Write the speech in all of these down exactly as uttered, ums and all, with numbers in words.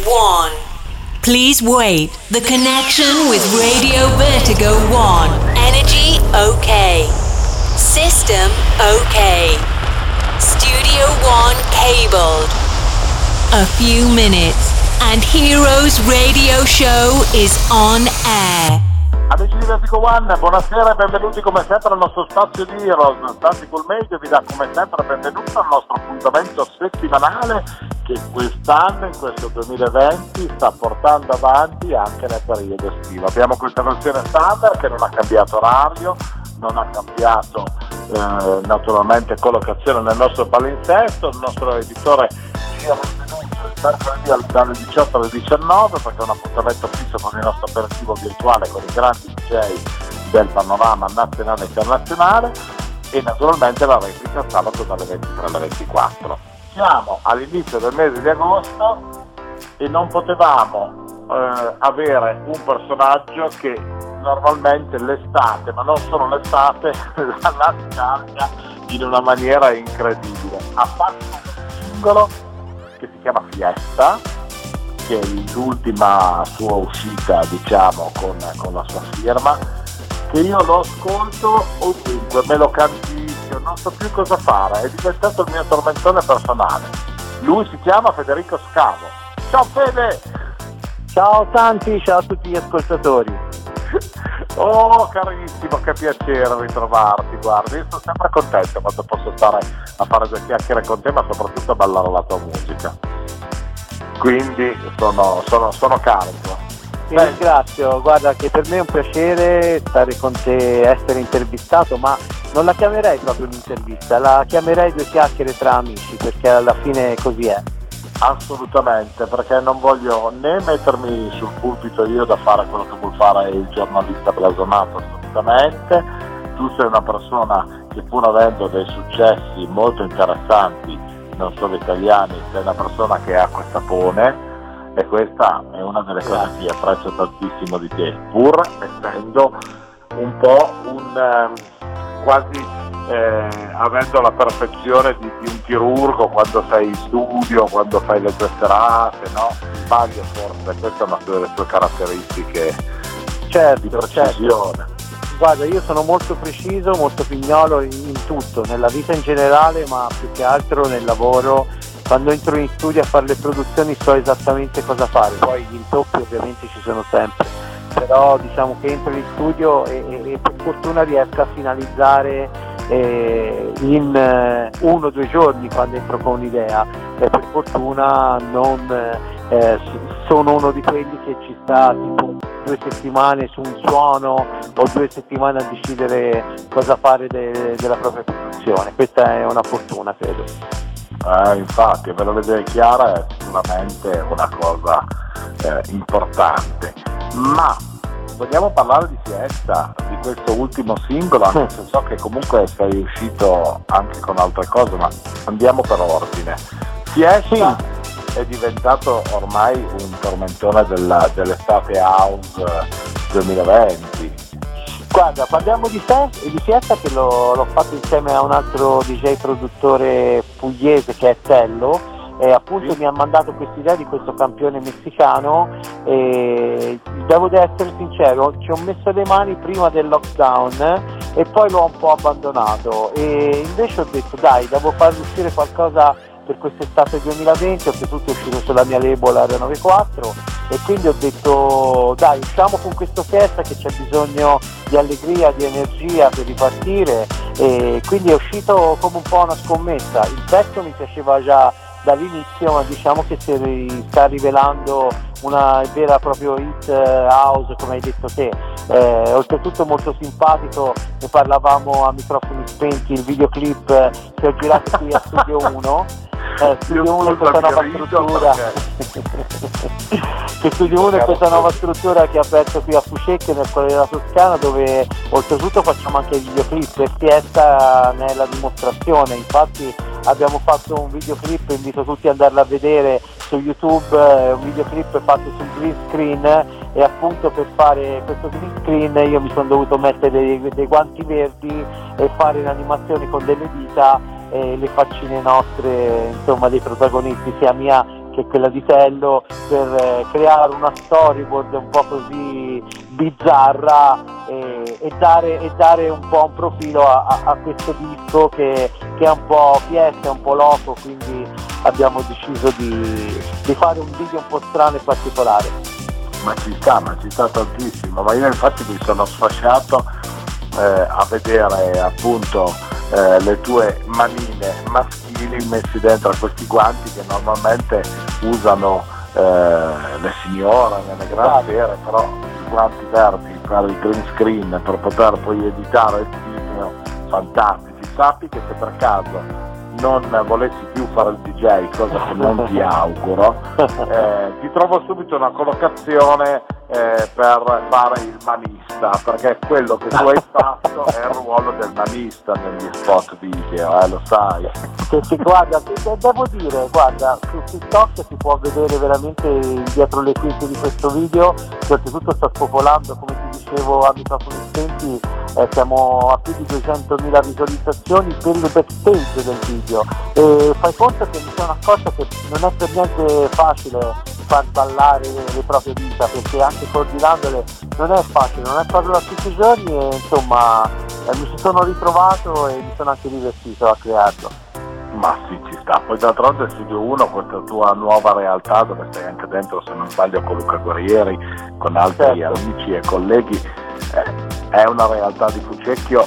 one. Please wait. The connection with Radio Vertigo one. Energy okay. System okay. Studio one cabled. A few minutes and Heroes Radio Show is on air. Amici di Vertigo One, buonasera e benvenuti come sempre al nostro spazio di Heroes. Tactical Media vi dà come sempre benvenuto al nostro appuntamento settimanale che quest'anno, in questo duemilaventi, sta portando avanti anche nel periodo estivo. Abbiamo questa versione standard che non ha cambiato orario, non ha cambiato eh, naturalmente collocazione nel nostro palinsesto. Il nostro editore ci ha mercoledì dalle diciotto alle diciannove perché è un appuntamento fisso con il nostro aperitivo virtuale con i grandi D J del panorama nazionale e internazionale, e naturalmente la replica sabato dalle ventitré alle ventiquattro. Siamo all'inizio del mese di agosto e non potevamo eh, avere un personaggio che normalmente l'estate, ma non solo l'estate, la scarica in una maniera incredibile. Ha fatto un singolo che si chiama Fiesta, che è l'ultima sua uscita, diciamo, con, con la sua firma, che io lo ascolto ovunque, me lo canticchio, non so più cosa fare, è diventato il mio tormentone personale. Lui si chiama Federico Scavo. Ciao Fede! Ciao Santi, ciao a tutti gli ascoltatori. Oh carissimo, che piacere ritrovarti, guarda, io sono sempre contento quando posso stare a fare due chiacchiere con te, ma soprattutto a ballare la tua musica, quindi sono, sono, sono carico. Ti ringrazio, guarda che per me è un piacere stare con te, essere intervistato, ma non la chiamerei proprio un'intervista, la chiamerei due chiacchiere tra amici, perché alla fine così è. Assolutamente, perché non voglio né mettermi sul pulpito io da fare quello che vuol fare il giornalista blasonato, assolutamente. Tu sei una persona che, pur avendo dei successi molto interessanti, non solo italiani, sei una persona che ha questa sapone, e questa è una delle cose che apprezzo tantissimo di te, pur essendo un po' un eh, quasi Eh, avendo la perfezione di, di un chirurgo quando sei in studio, quando fai le tue serate, no? Sbaglio forse, questa è una delle tue caratteristiche. Certo, di precisione. Certo. Guarda, io sono molto preciso, molto pignolo in, in tutto, nella vita in generale, ma più che altro nel lavoro. Quando entro in studio a fare le produzioni so esattamente cosa fare, poi gli intoppi ovviamente ci sono sempre, però diciamo che entro in studio e, e, e per fortuna riesco a finalizzare Eh, in eh, uno o due giorni quando entro con un'idea, e per fortuna non eh, sono uno di quelli che ci sta tipo due settimane su un suono o due settimane a decidere cosa fare de- della propria produzione. Questa è una fortuna, credo. Eh, infatti, averlo vedere chiara è sicuramente una cosa eh, importante, ma vogliamo parlare di Fiesta, di questo ultimo singolo, anche se so che comunque sei uscito anche con altre cose, ma andiamo per ordine. Fiesta sì. È diventato ormai un tormentone della, dell'estate house duemilaventi. Guarda, parliamo di, fest- di Fiesta, che l'ho, l'ho fatto insieme a un altro D J produttore pugliese che è Tello. E appunto sì. Mi ha mandato questa idea di questo campione messicano e devo essere sincero, ci ho messo le mani prima del lockdown e poi l'ho un po' abbandonato, e invece ho detto dai, devo far uscire qualcosa per quest'estate duemilaventi, oltretutto è uscito sulla mia label R novantaquattro, e quindi ho detto dai, usciamo con questo Fiesta che c'è bisogno di allegria, di energia per ripartire, e quindi è uscito come un po' una scommessa. Il pezzo mi piaceva già dall'inizio, ma diciamo che si sta rivelando una vera proprio hit house, come hai detto te, eh, oltretutto molto simpatico. Ne parlavamo a microfoni spenti, il videoclip che ho girato qui a Studio uno, eh, Studio uno, questa nuova struttura che Studio uno è questa nuova struttura che ha aperto qui a Fucecchio, nel cuore della Toscana, dove oltretutto facciamo anche il videoclip, e Fiesta ne è la dimostrazione. Infatti abbiamo fatto un videoclip, invito tutti ad andarlo a vedere su YouTube, un videoclip fatto sul green screen, e appunto per fare questo green screen io mi sono dovuto mettere dei, dei guanti verdi e fare le animazioni con delle dita e le faccine nostre, insomma, dei protagonisti, sia mia che è quella di Tello, per eh, creare una storyboard un po' così bizzarra e, e, dare, e dare un po' un profilo a, a, a questo disco che, che è un po' fiesta, è un po' loco, quindi abbiamo deciso di, di fare un video un po' strano e particolare. Ma ci sta, ma ci sta tantissimo, ma io infatti mi sono sfasciato eh, a vedere appunto eh, le tue manine maschili messi dentro a questi guanti che normalmente usano eh, le signore nelle grandi fiere, però i guanti verdi per il green screen per poter poi editare il video, fantastici. Sappi che se per caso non volessi più fare il D J, cosa che non ti auguro, eh, ti trovo subito una collocazione eh, per fare il manista, perché quello che tu hai fatto è il ruolo del manista negli spot video, eh, lo sai. Che si guarda, devo dire, guarda, su TikTok si può vedere veramente dietro le quinte di questo video, che oltretutto sta spopolando, come ti dicevo a microfoni spenti, eh, siamo a più di duecentomila visualizzazioni per il backstage del video, e fai conto che mi sono accorto che non è per niente facile far ballare le proprie dita, perché anche coordinandole non è facile, non è proprio da tutti i giorni, e insomma eh, mi ci sono ritrovato e mi sono anche divertito a crearlo. Ma sì, ci sta. Poi d'altronde Studio uno, questa tua nuova realtà dove sei anche dentro, se non sbaglio, con Luca Guerrieri, con altri certo. amici e colleghi, eh, è una realtà di Fucecchio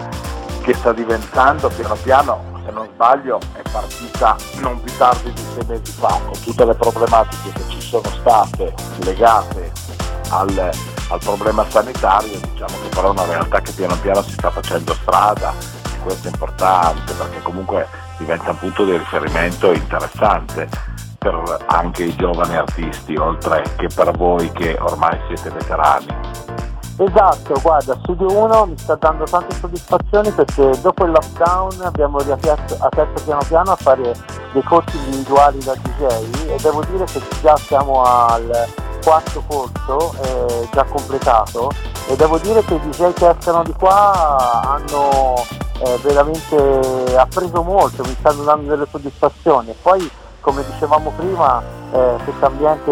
che sta diventando piano piano, se non sbaglio, è partita non più tardi di sei mesi fa, con tutte le problematiche che ci sono state legate al, al problema sanitario. Diciamo che però è una realtà che piano piano si sta facendo strada, e questo è importante perché comunque diventa un punto di riferimento interessante per anche i giovani artisti, oltre che per voi che ormai siete veterani. Esatto, guarda, Studio uno mi sta dando tante soddisfazioni perché dopo il lockdown abbiamo riaperto aperto piano piano a fare dei corsi individuali da D J, e devo dire che già siamo al quarto corso eh, già completato, e devo dire che i D J che escono di qua hanno eh, veramente appreso molto, mi stanno dando delle soddisfazioni. E poi, come dicevamo prima, eh, questo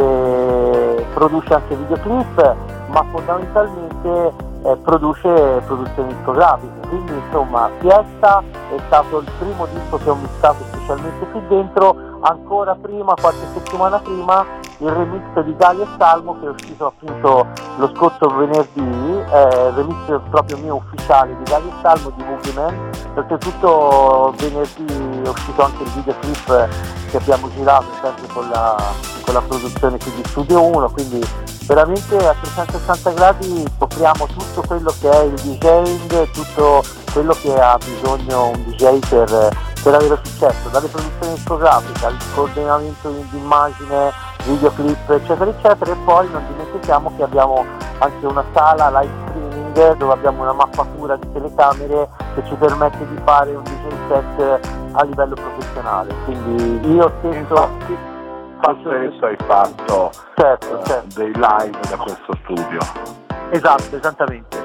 ambiente produce anche videoclip, ma fondamentalmente eh, produce produzioni discografiche, quindi insomma Fiesta è stato il primo disco che ho mixato specialmente qui dentro. Ancora prima, qualche settimana prima, il remix di Gali e Salmo, che è uscito appunto lo scorso venerdì, eh, il remix proprio mio ufficiale di Gali e Salmo di Boogeyman. Oltretutto venerdì è uscito anche il videoclip che abbiamo girato sempre con la, con la produzione qui di Studio uno, quindi veramente a trecentosessanta gradi copriamo tutto quello che è il DJing, tutto quello che ha bisogno un D J per, per avere successo, dalle produzioni discografiche al coordinamento di immagine, videoclip eccetera eccetera. E poi non dimentichiamo che abbiamo anche una sala live streaming dove abbiamo una mappatura di telecamere che ci permette di fare un D J set a livello professionale, quindi io stesso tu stesso hai fatto certo, uh, certo. dei live da questo studio. Esatto, esattamente.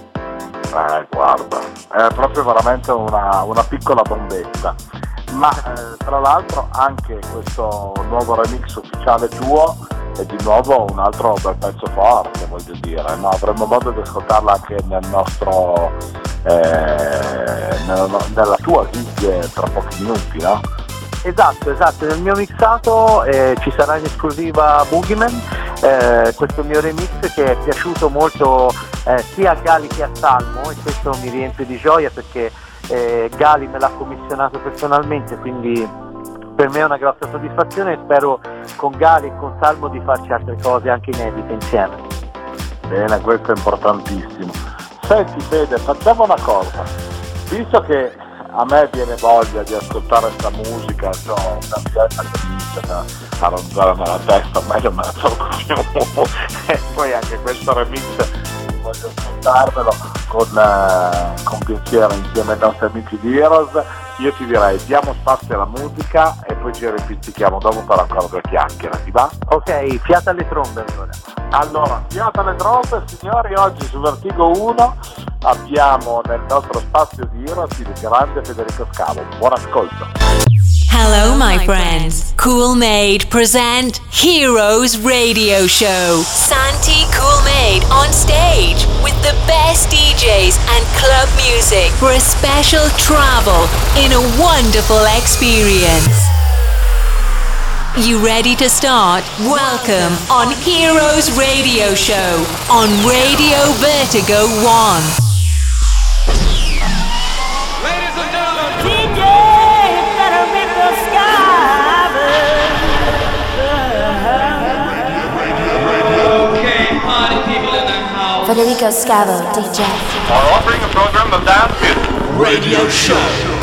Eh, guarda, è proprio veramente una, una piccola bombetta. Ma eh, tra l'altro anche questo nuovo remix ufficiale tuo è di nuovo un altro bel pezzo forte, voglio dire, no? Avremo modo di ascoltarlo anche nel nostro eh, nella, nella tua gig tra pochi minuti, no? Esatto, esatto, nel mio mixato eh, ci sarà in esclusiva Boogeyman, eh, questo mio remix che è piaciuto molto eh, sia a Gali che a Salmo, e questo mi riempie di gioia perché eh, Gali me l'ha commissionato personalmente, quindi per me è una grossa soddisfazione, e spero con Gali e con Salmo di farci altre cose anche inedite insieme. Bene, questo è importantissimo. Senti Fede, facciamo una cosa, visto che a me viene voglia di ascoltare questa musica, ho una fiesta che mi inizia a ronzare nella testa, meglio me la tolgo più, e poi anche questo remix voglio ascoltarmelo con, eh, con piacere insieme ai nostri amici di Heroes. Io ti direi diamo spazio alla musica e poi ci ripizzichiamo dopo per ancora due chiacchiere, ti va? Ok, fiata alle trombe allora. Allora, fiata alle trombe, signori, oggi su Vertigo uno abbiamo nel nostro spazio di Heroes il grande Federico Scavo. Buon ascolto. Hello, my friends. Cool Made present Heroes Radio Show. Santi Cool Made on stage with the best D Js and club music for a special travel in a wonderful experience. You ready to start? Welcome on Heroes Radio Show on Radio Vertigo One. Ladies and gentlemen, D J, better make the sky blue. okay, party people in the house. Federico Scavo, D J. Are offering a program of dance music. Radio Show.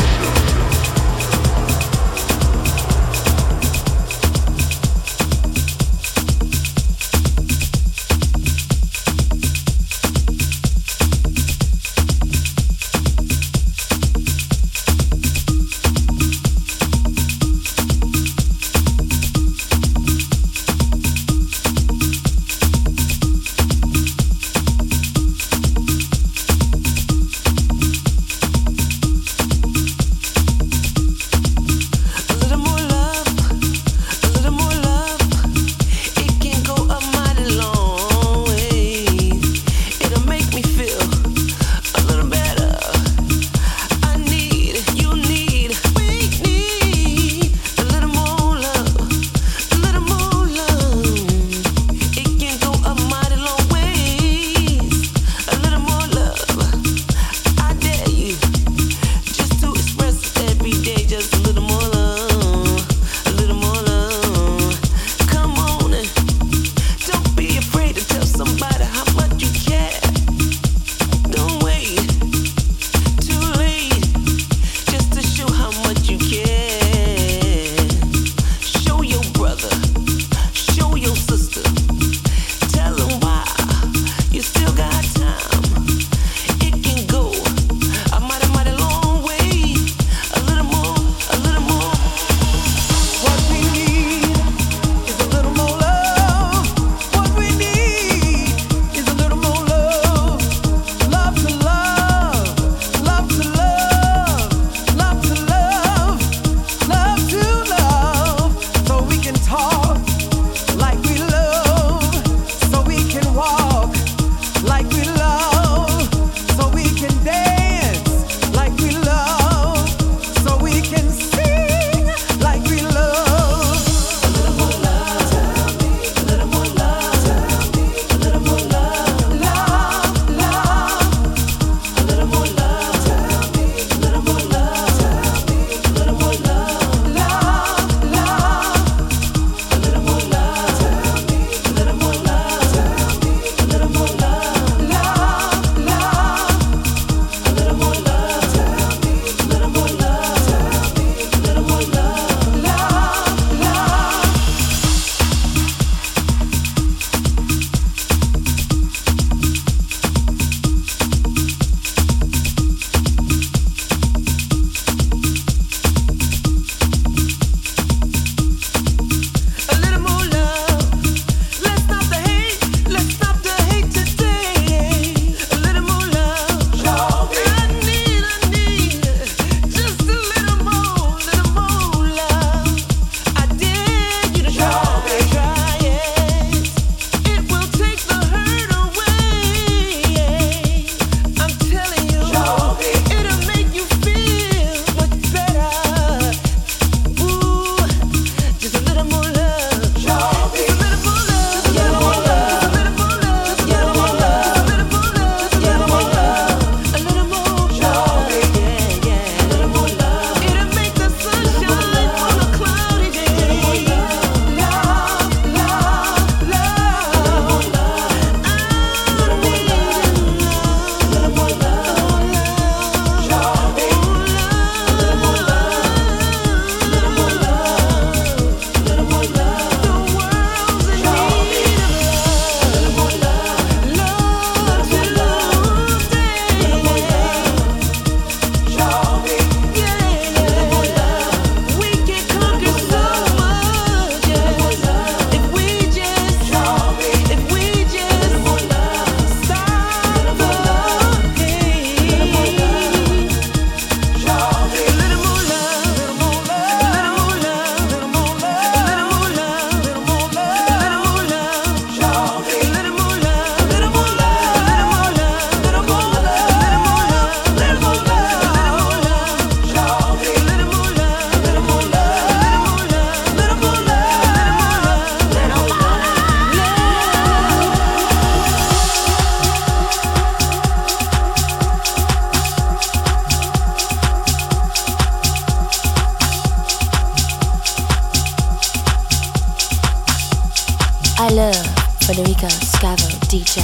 I love Federico Scavo D J.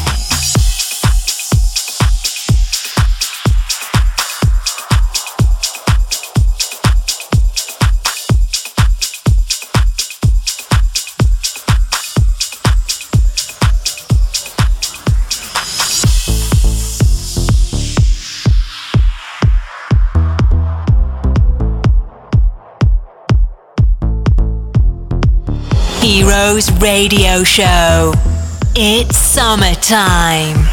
Heroes Radio Show. It's summertime.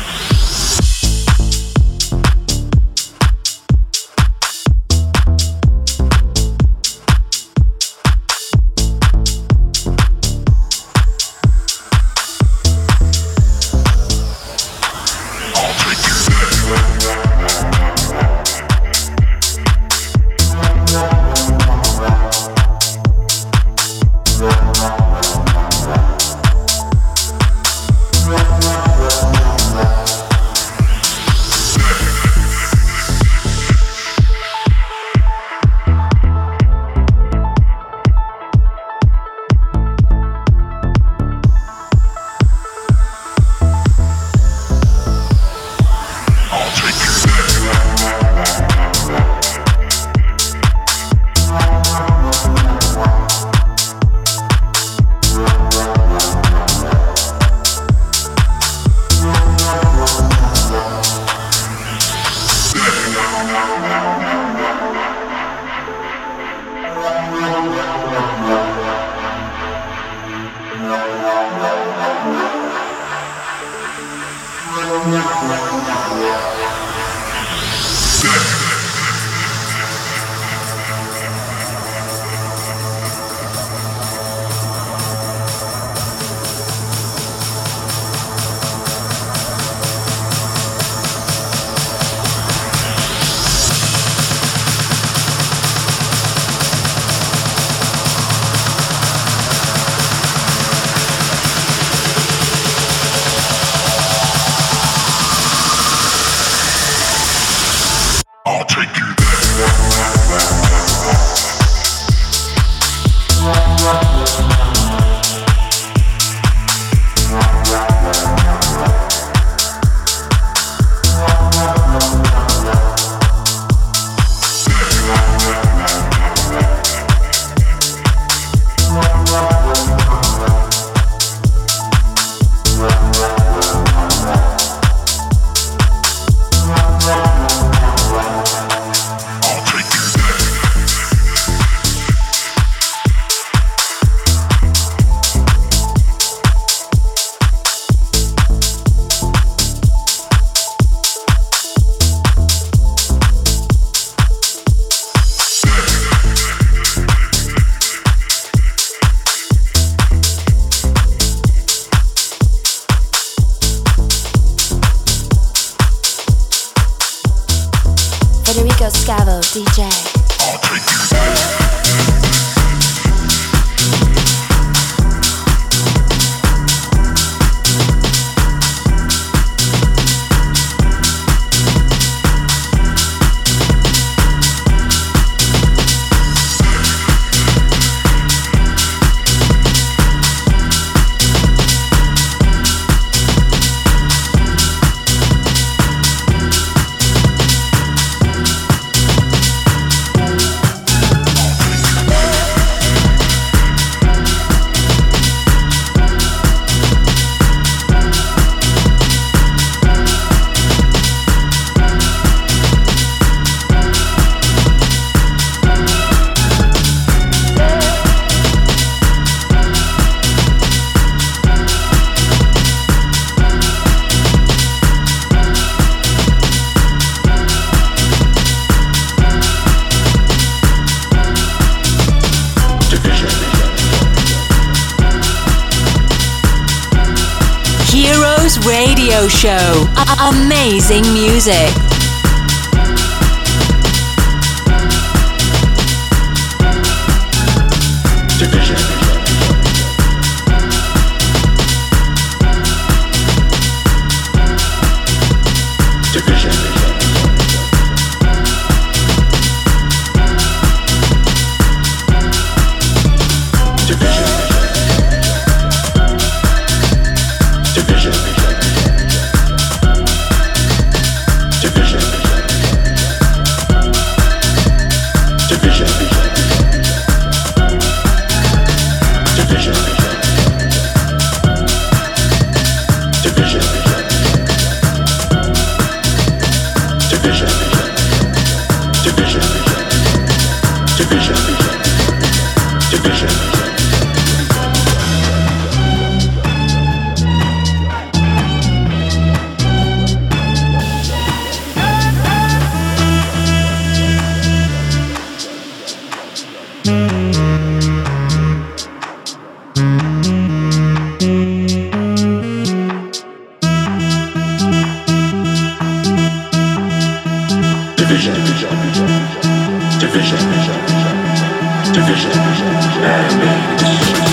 Federico Scavo D J. Radio Show. A- amazing music. Division. Division. Division. Division. Division. Division. Division. Division. Division. Division, division, division, and make decisions.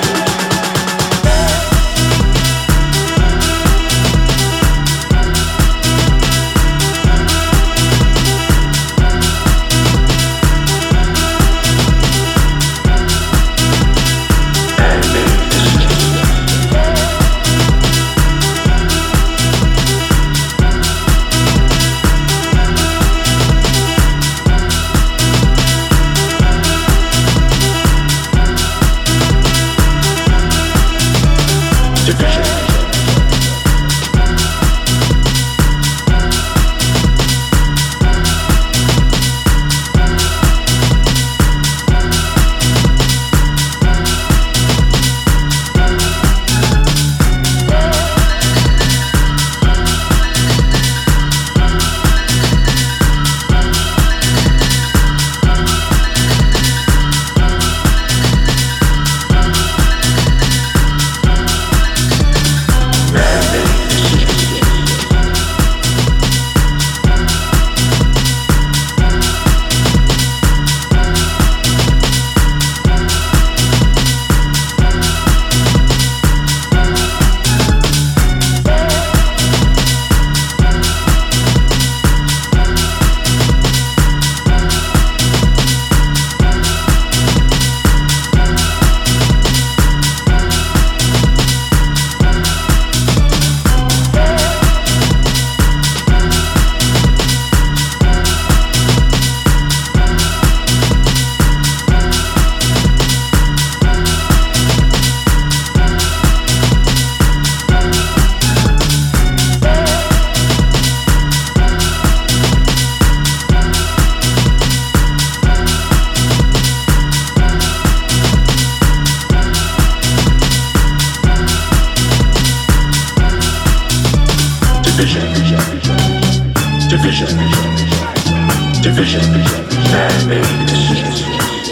Division, and make decisions.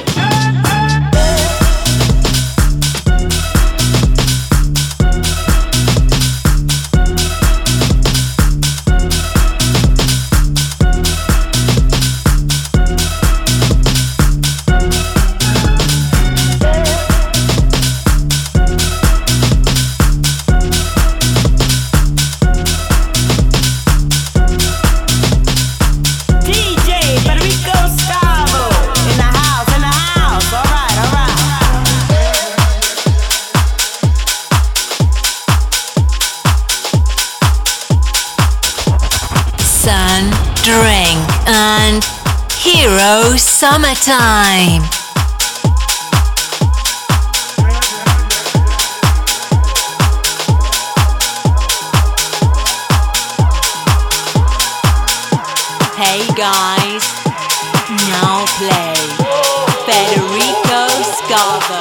Summertime. Hey guys, now play Federico Scavo.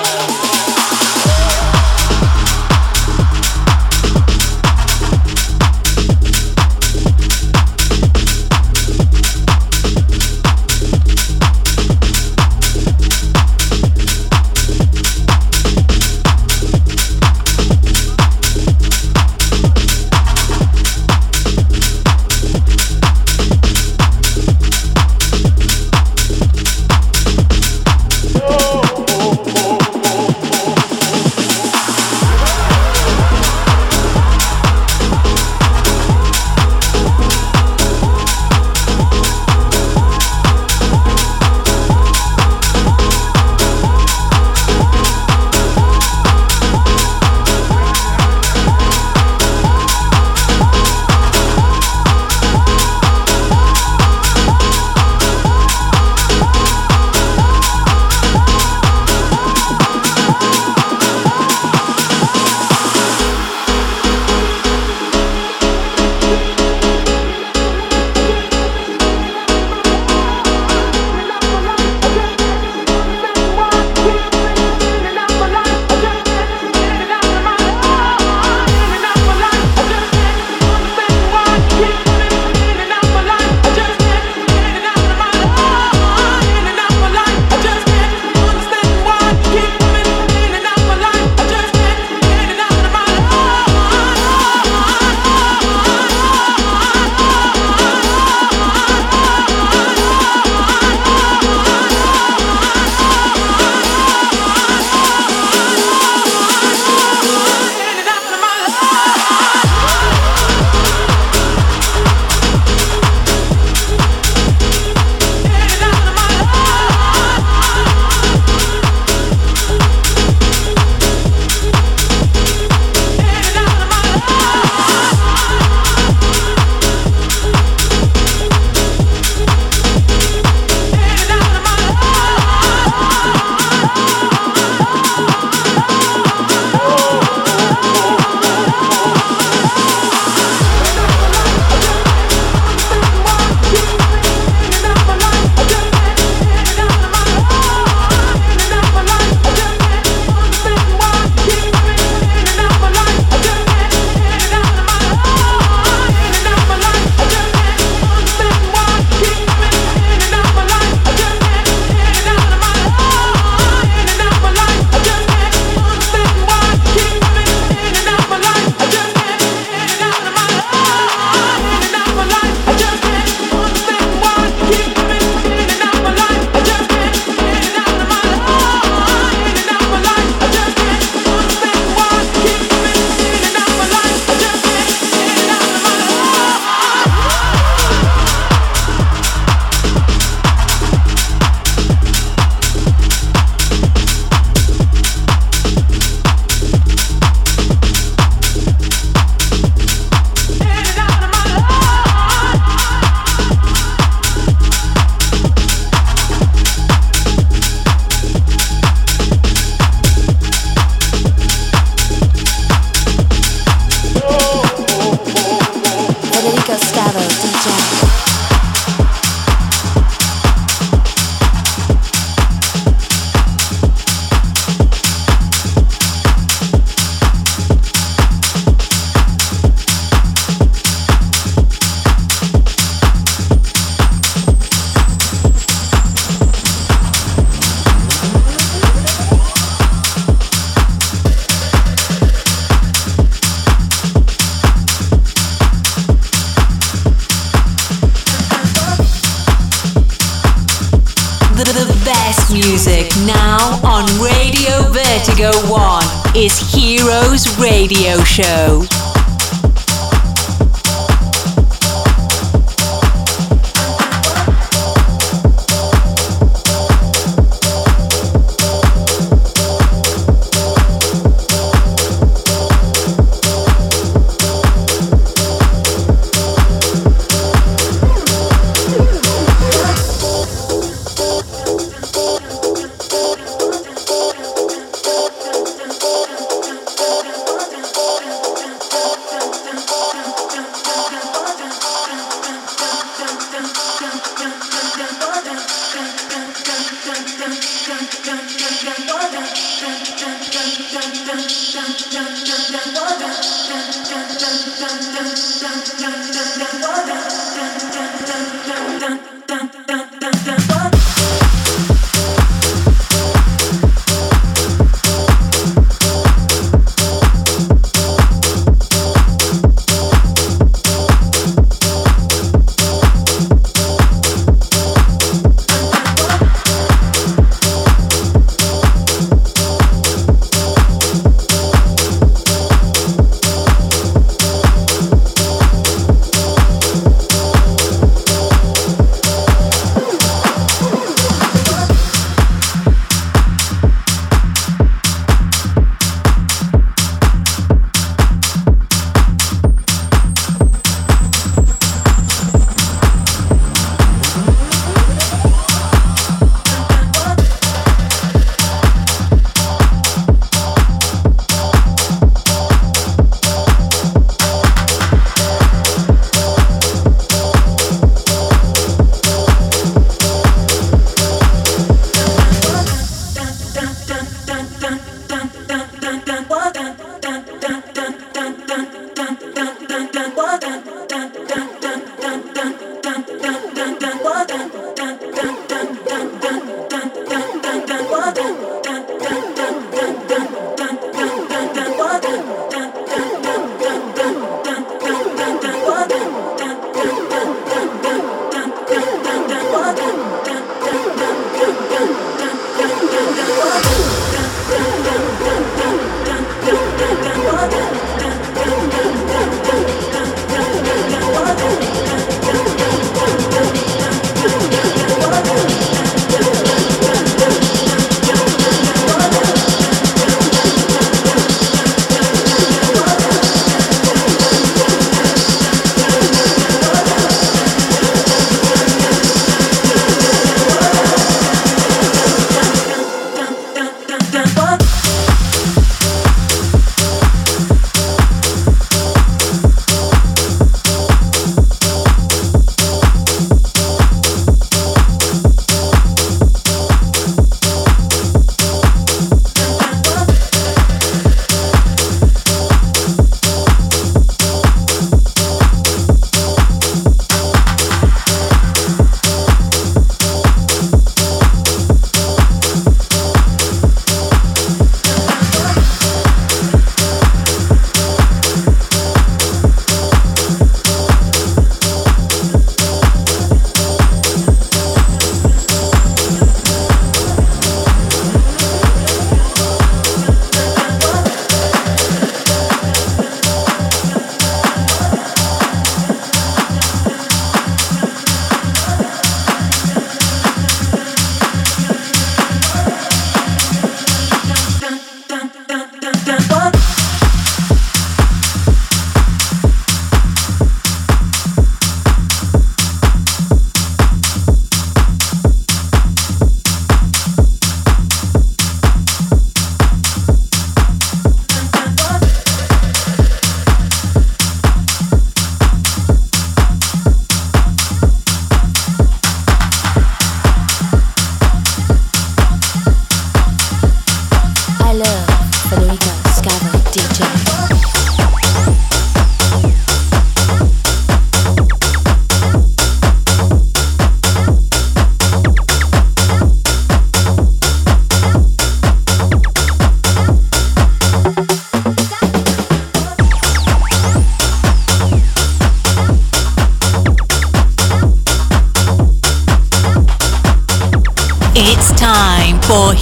Now on Radio Vertigo One is Heroes Radio Show.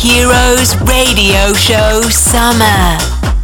Heroes Radio Show Summer.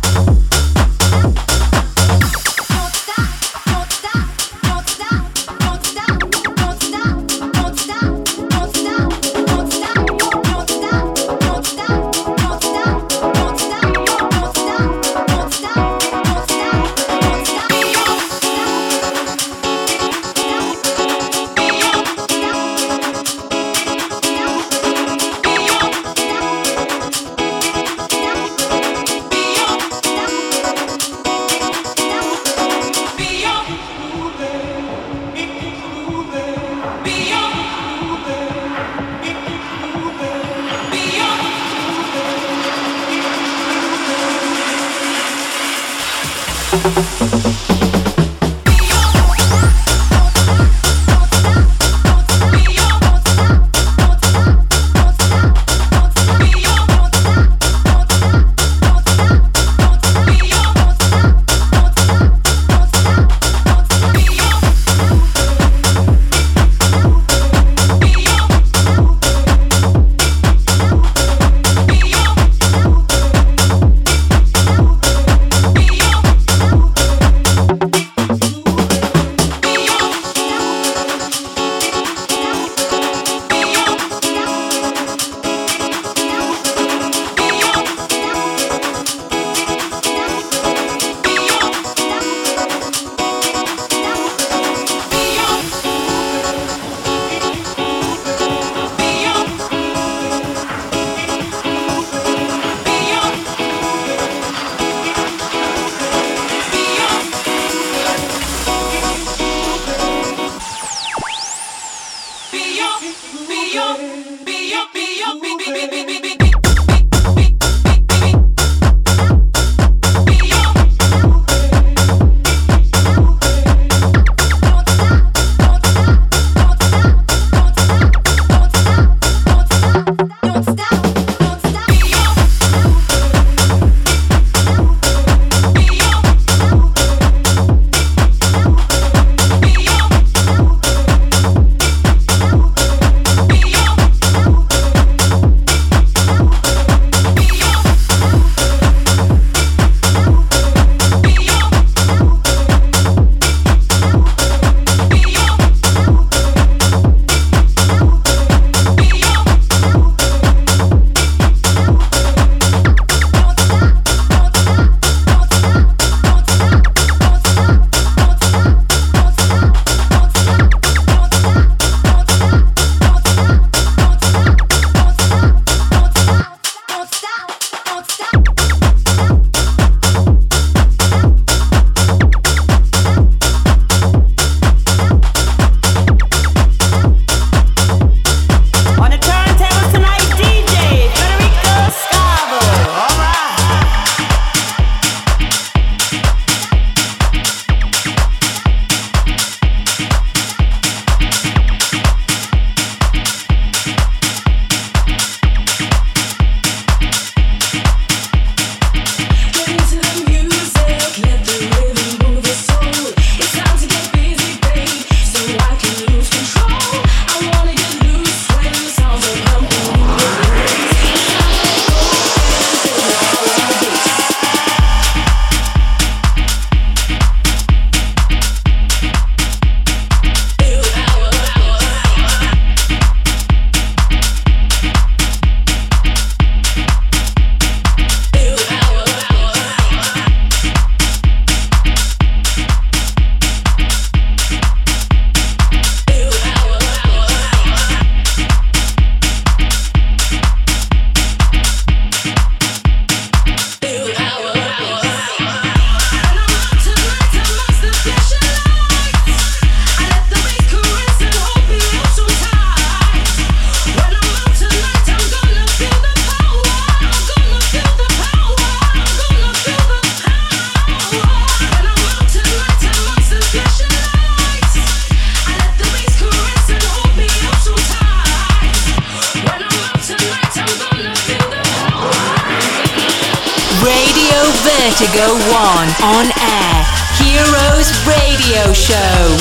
Vertigo One on air. Heroes Radio Show.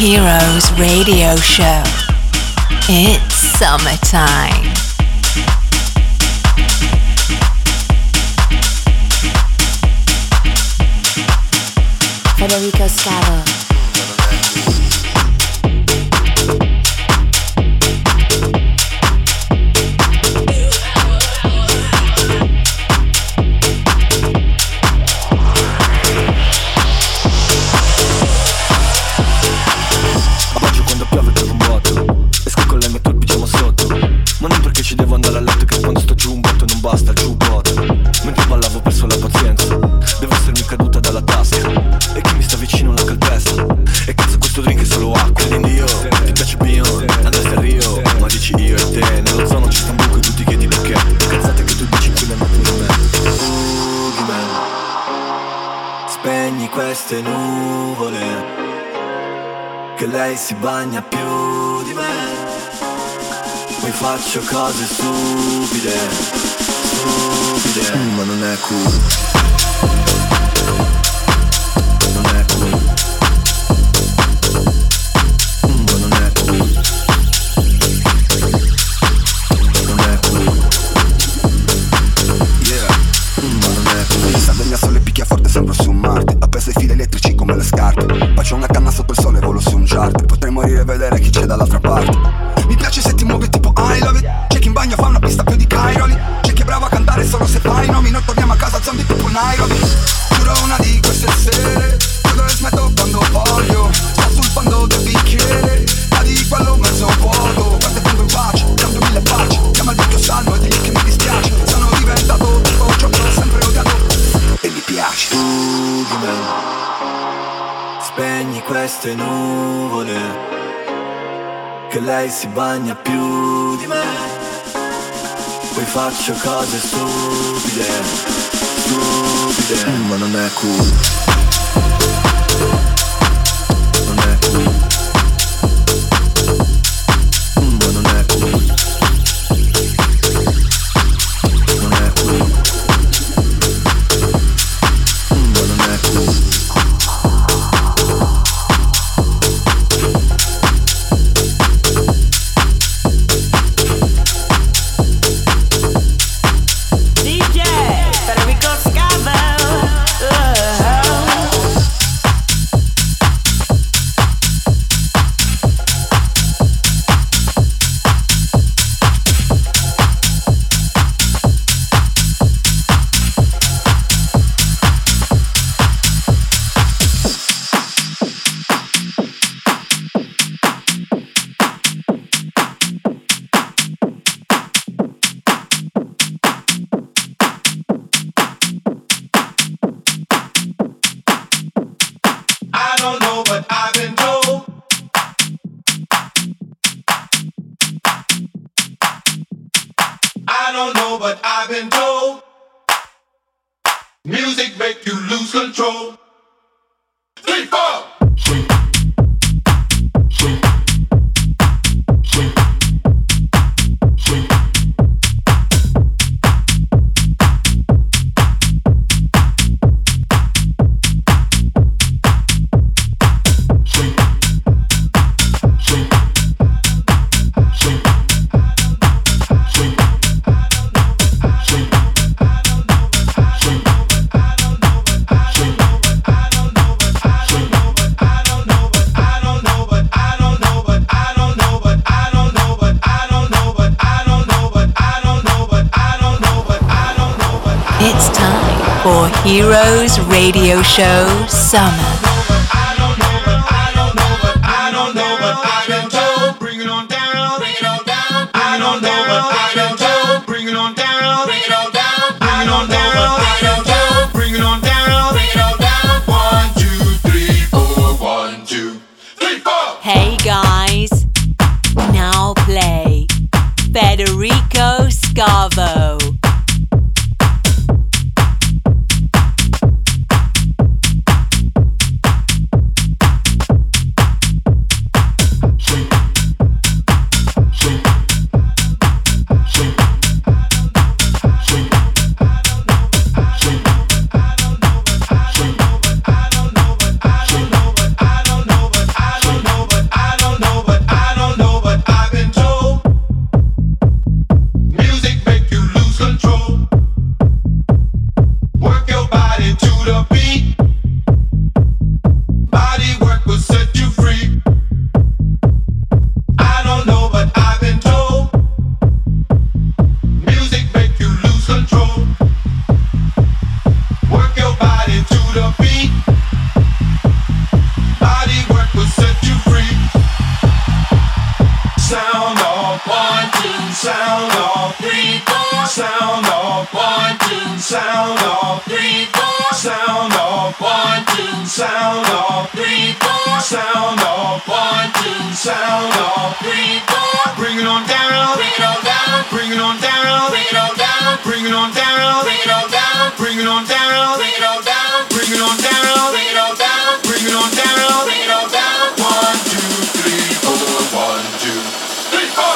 Heroes Radio Show. It's summertime. Federico Scavo. Queste nuvole, che lei si bagna più di me. Poi faccio cose stupide, stupide, mm, ma non è cool. Non è cool. Mm, ma non è cool. Non è cool. Yeah, mm, ma non è cool. Sardegna sole picchia forte, sembro su Marte. Appeso ai fili elettrici come le scarpe. Faccio una canna sotto il sole, volo su un charter. Potrei morire e vedere chi c'è dall'altra parte. Mi piace se ti muovi tipo I love it. C'è chi in bagno fa una pista più di Cairoli. C'è chi è bravo a cantare solo se fai i nomi. Noi torniamo a casa zombie tipo Nairobi. Giuro una di queste sere chiudo e smetto quando voglio. Sto sul fondo del bicchiere, ma di quello mezzo vuoto. Guarda tengo in pace, cambio mille pace. Chiama il vecchio salmo e digli che mi dispiace. Sono diventato tipo ciò che ho sempre odiato e mi piace. Tu di me spegni queste nuvole, che lei si bagna più di me. Poi faccio cose stupide, stupide, mm, ma non è cool. Non è cool. Mm, ma non è cool. Non è cool. Mm, ma non è cool. Heroes Radio Show Summer. Hey guys, now play Federico Scavo. sound off, three, four, sound off, one, two, sound off, three, four, sound off, one, two, sound off, three, four, bring it on down, bring it on down, bring it on down, bring it on down, bring it on down, bring it on down, bring it on down, bring it on down, bring it on down, bring it on down, bring it on down, bring it on down, one, two, three, four, one, two, three, four.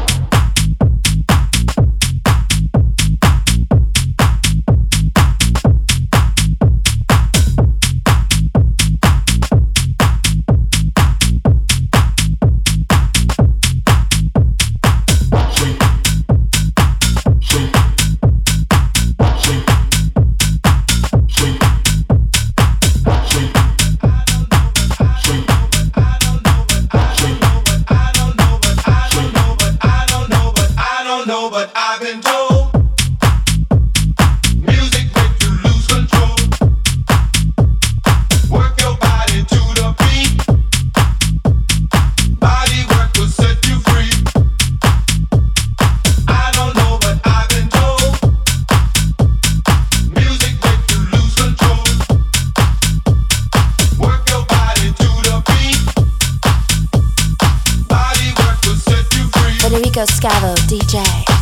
Federico Scavo D J.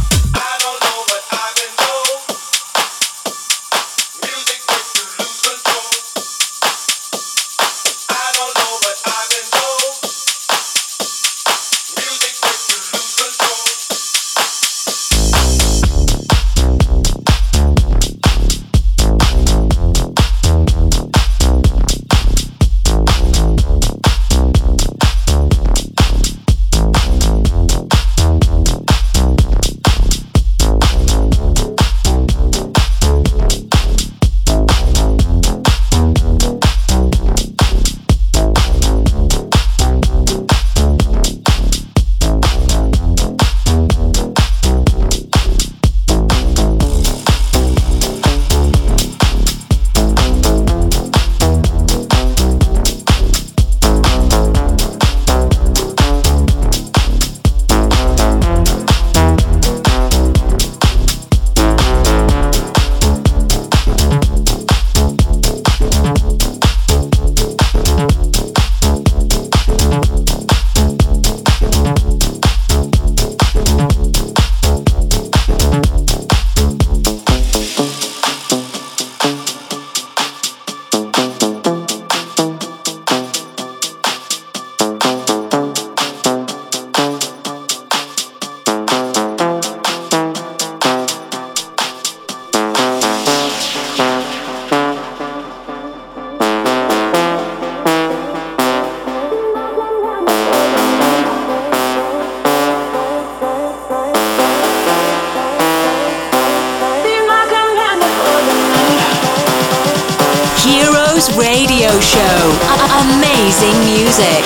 Radio Show. A- amazing music.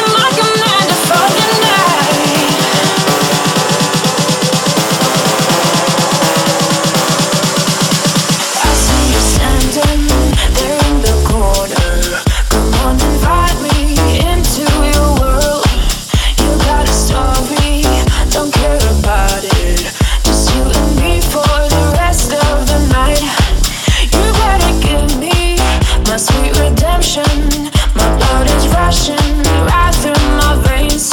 My blood is rushing right through my veins.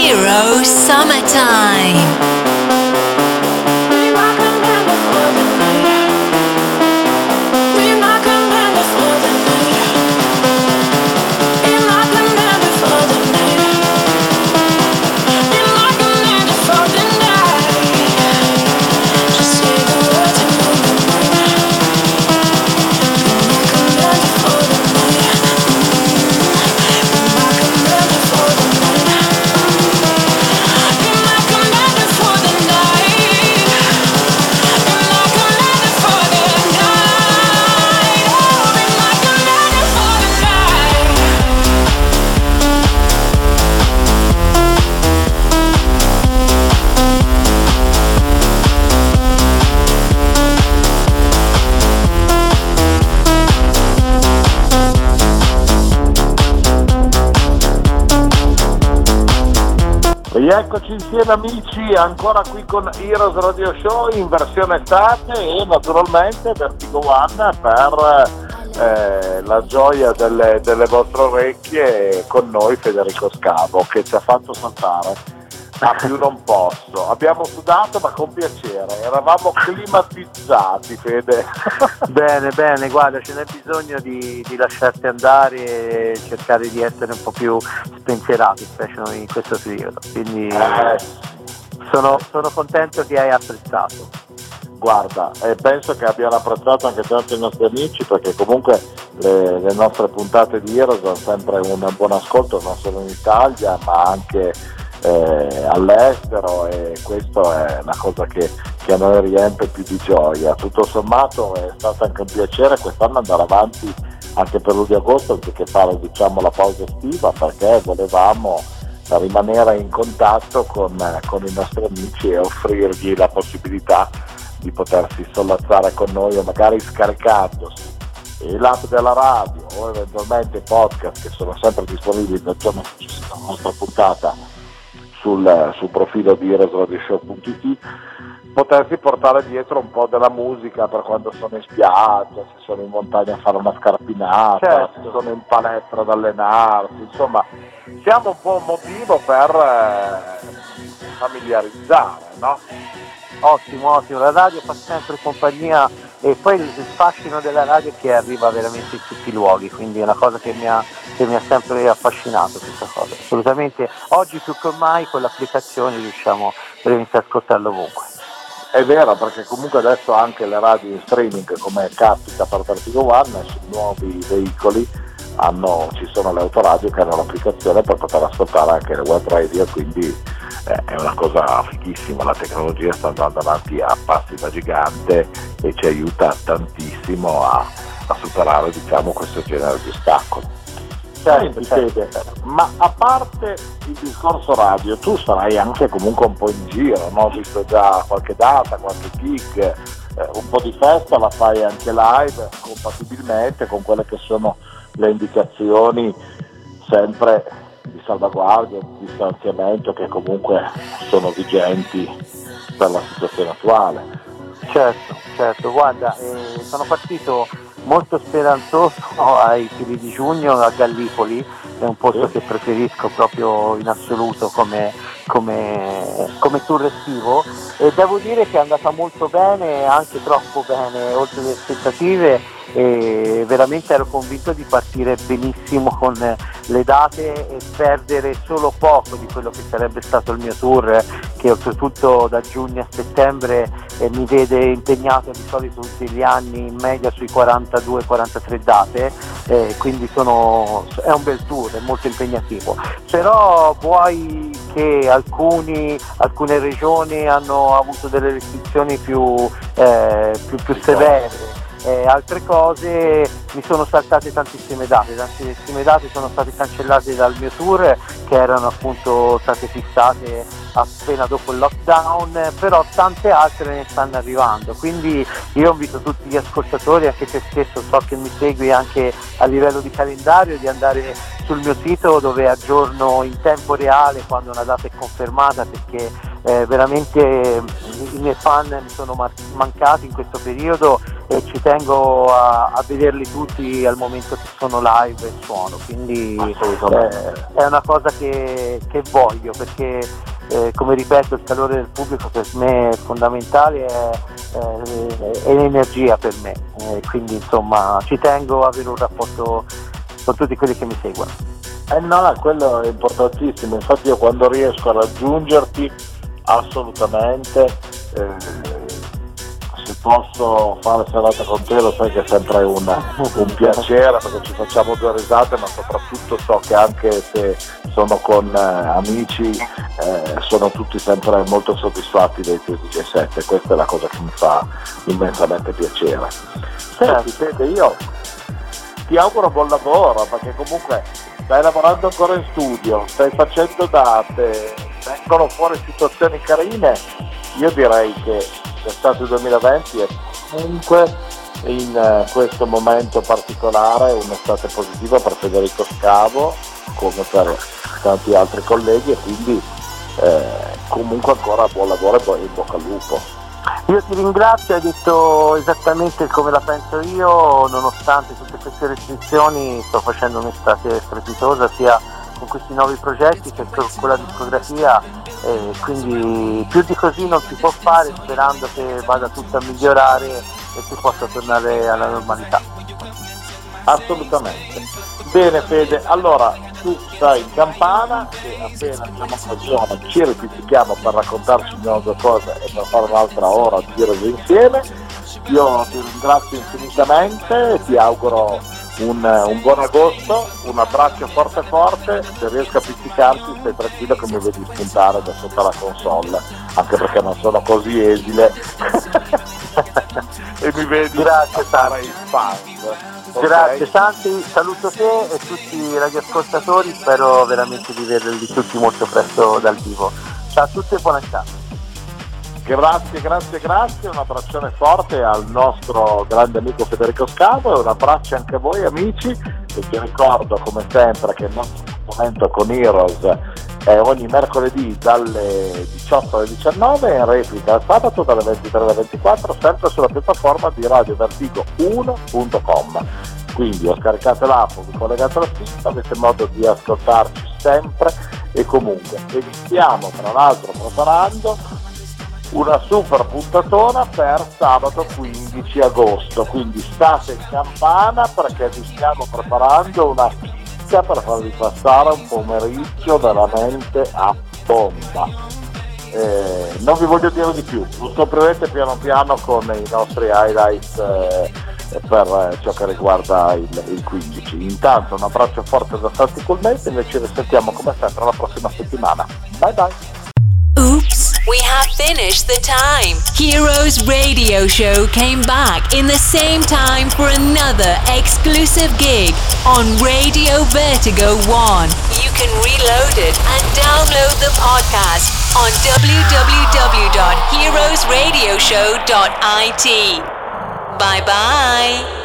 Summertime. We walk around before the night. Rieccoci insieme amici, ancora qui con Heroes Radio Show in versione estate e naturalmente Vertigo One per eh, la gioia delle, delle vostre orecchie, con noi Federico Scavo che ci ha fatto saltare a più non posso. Abbiamo sudato ma con piacere, eravamo climatizzati, Fede. Bene, bene, guarda, ce n'è bisogno di, di lasciarti andare e cercare di essere un po' più spensierati, specie in questo periodo, quindi eh. sono, sono contento che hai apprezzato. Guarda, eh, penso che abbiano apprezzato anche tanti nostri amici, perché comunque le, le nostre puntate di Heroes sono sempre un buon ascolto, non solo in Italia ma anche Eh, all'estero, e questo è una cosa che, che a noi riempie più di gioia. Tutto sommato è stato anche un piacere quest'anno andare avanti anche per luglio agosto, anziché fare diciamo la pausa estiva, perché volevamo rimanere in contatto con, con i nostri amici e offrirgli la possibilità di potersi sollazzare con noi, o magari scaricandosi l'app della radio o eventualmente podcast che sono sempre disponibili dal giorno successivo alla nostra puntata sul, sul profilo di heroes radio show punto it, potersi portare dietro un po' della musica per quando sono in spiaggia, se sono in montagna a fare una scarpinata, certo. se sono in palestra ad allenarsi, insomma siamo un po' un motivo per eh, familiarizzare, no? Ottimo, ottimo, la radio fa sempre compagnia e poi il fascino della radio è che arriva veramente in tutti i luoghi, quindi è una cosa che mi ha, che mi ha sempre affascinato, questa cosa, assolutamente. Oggi più che mai con l'applicazione riusciamo veramente a ascoltarlo ovunque. È vero, perché comunque adesso anche le radio in streaming, come capita per Vertigo One, sui nuovi veicoli hanno, ci sono le autoradio che hanno l'applicazione per poter ascoltare anche le web radio, quindi eh, è una cosa fighissima. La tecnologia sta andando avanti a passi da gigante e ci aiuta tantissimo a, a superare diciamo questo genere di ostacoli. Senti, Fede, ma a parte il discorso radio, tu sarai anche comunque un po' in giro, no? Visto già qualche data, qualche gig, eh, un po' di festa la fai anche live, compatibilmente con quelle che sono le indicazioni sempre di salvaguardia, di distanziamento, che comunque sono vigenti per la situazione attuale. Certo, certo, guarda, eh, sono partito molto speranzoso ai primi di giugno a Gallipoli, è un posto che preferisco proprio in assoluto come, come, come tour estivo, e devo dire che è andata molto bene, anche troppo bene, oltre le aspettative, e veramente ero convinto di partire benissimo con le date e perdere solo poco di quello che sarebbe stato il mio tour, che oltretutto da giugno a settembre eh, mi vede impegnato di solito tutti gli anni in media sui quarantadue quarantatré date, eh, quindi sono, è un bel tour, è molto impegnativo, però vuoi che alcuni, alcune regioni hanno avuto delle restrizioni più, eh, più, più severe. Eh, altre cose, mi sono saltate tantissime date, tantissime date sono state cancellate dal mio tour, che erano appunto state fissate appena dopo il lockdown, però tante altre ne stanno arrivando, quindi io invito tutti gli ascoltatori, anche te stesso, so che mi segui anche a livello di calendario, di andare sul mio sito dove aggiorno in tempo reale quando una data è confermata, perché eh, veramente i miei fan mi sono mar- mancati in questo periodo e ci tengo a, a vederli tutti al momento che sono live e suono, quindi eh, è una cosa che, che voglio, perché eh, come ripeto, il calore del pubblico per me è fondamentale, è, è, è l'energia per me, eh, quindi insomma ci tengo a avere un rapporto con tutti quelli che mi seguono. Eh no, quello è importantissimo, infatti io quando riesco a raggiungerti assolutamente, eh, se posso fare serata con te, lo sai che è sempre un, un piacere, perché ci facciamo due risate, ma soprattutto so che anche se sono con eh, amici eh, sono tutti sempre molto soddisfatti dei tuoi D J set, e questa è la cosa che mi fa immensamente piacere. Senti, Fede, io ti auguro buon lavoro, perché comunque stai lavorando ancora in studio, stai facendo date, vengono fuori situazioni carine. Io direi che l'estate duemilaventi è comunque in uh, questo momento particolare un'estate positiva per Federico Scavo, come per tanti altri colleghi, e quindi eh, comunque ancora buon lavoro e in bocca al lupo. Io ti ringrazio, hai detto esattamente come la penso io, nonostante tutte queste restrizioni sto facendo un'estate strepitosa sia con questi nuovi progetti che con la discografia, e quindi più di così non si può fare, sperando che vada tutto a migliorare e si possa tornare alla normalità. Assolutamente. Bene Fede, allora tu stai in Campana e appena abbiamo occasione ci ripetiamo per raccontarci nuove cose e per fare un'altra ora di giro insieme. Io ti ringrazio infinitamente e ti auguro un, un buon agosto, un abbraccio forte forte, se riesco a pizzicarti stai tranquillo che mi vedi spuntare da sotto la console, anche perché non sono così esile e mi vedi Grazie, stare in fans. Okay. Grazie Santi, saluto te e tutti i radioascoltatori, spero veramente di vederli tutti molto presto dal vivo. Ciao a tutti e buona estate. Grazie, grazie, grazie, un abbraccione forte al nostro grande amico Federico Scavo e un abbraccio anche a voi amici, e vi ricordo come sempre che il nostro appuntamento con Heroes è ogni mercoledì dalle diciotto alle diciannove, in replica il sabato dalle ventitré alle ventiquattro, sempre sulla piattaforma di radio vertigo uno punto com. Quindi o scaricate l'app o vi collegate al sito, avete modo di ascoltarci sempre e comunque. E vi stiamo tra l'altro preparando una super puntatona per sabato quindici agosto, quindi state in Campana perché vi stiamo preparando una chicca per farvi passare un pomeriggio veramente a bomba. Eh, non vi voglio dire di più, lo scoprirete piano piano con i nostri highlights eh, per ciò che riguarda il, il quindici. Intanto un abbraccio forte da Santi Coolmade e noi ci risentiamo come sempre la prossima settimana. Bye bye! Oops, we have finished the time. Heroes Radio Show came back in the same time for another exclusive gig on Radio Vertigo one. You can reload it and download the podcast on w w w dot heroes radio show dot i t. Bye bye.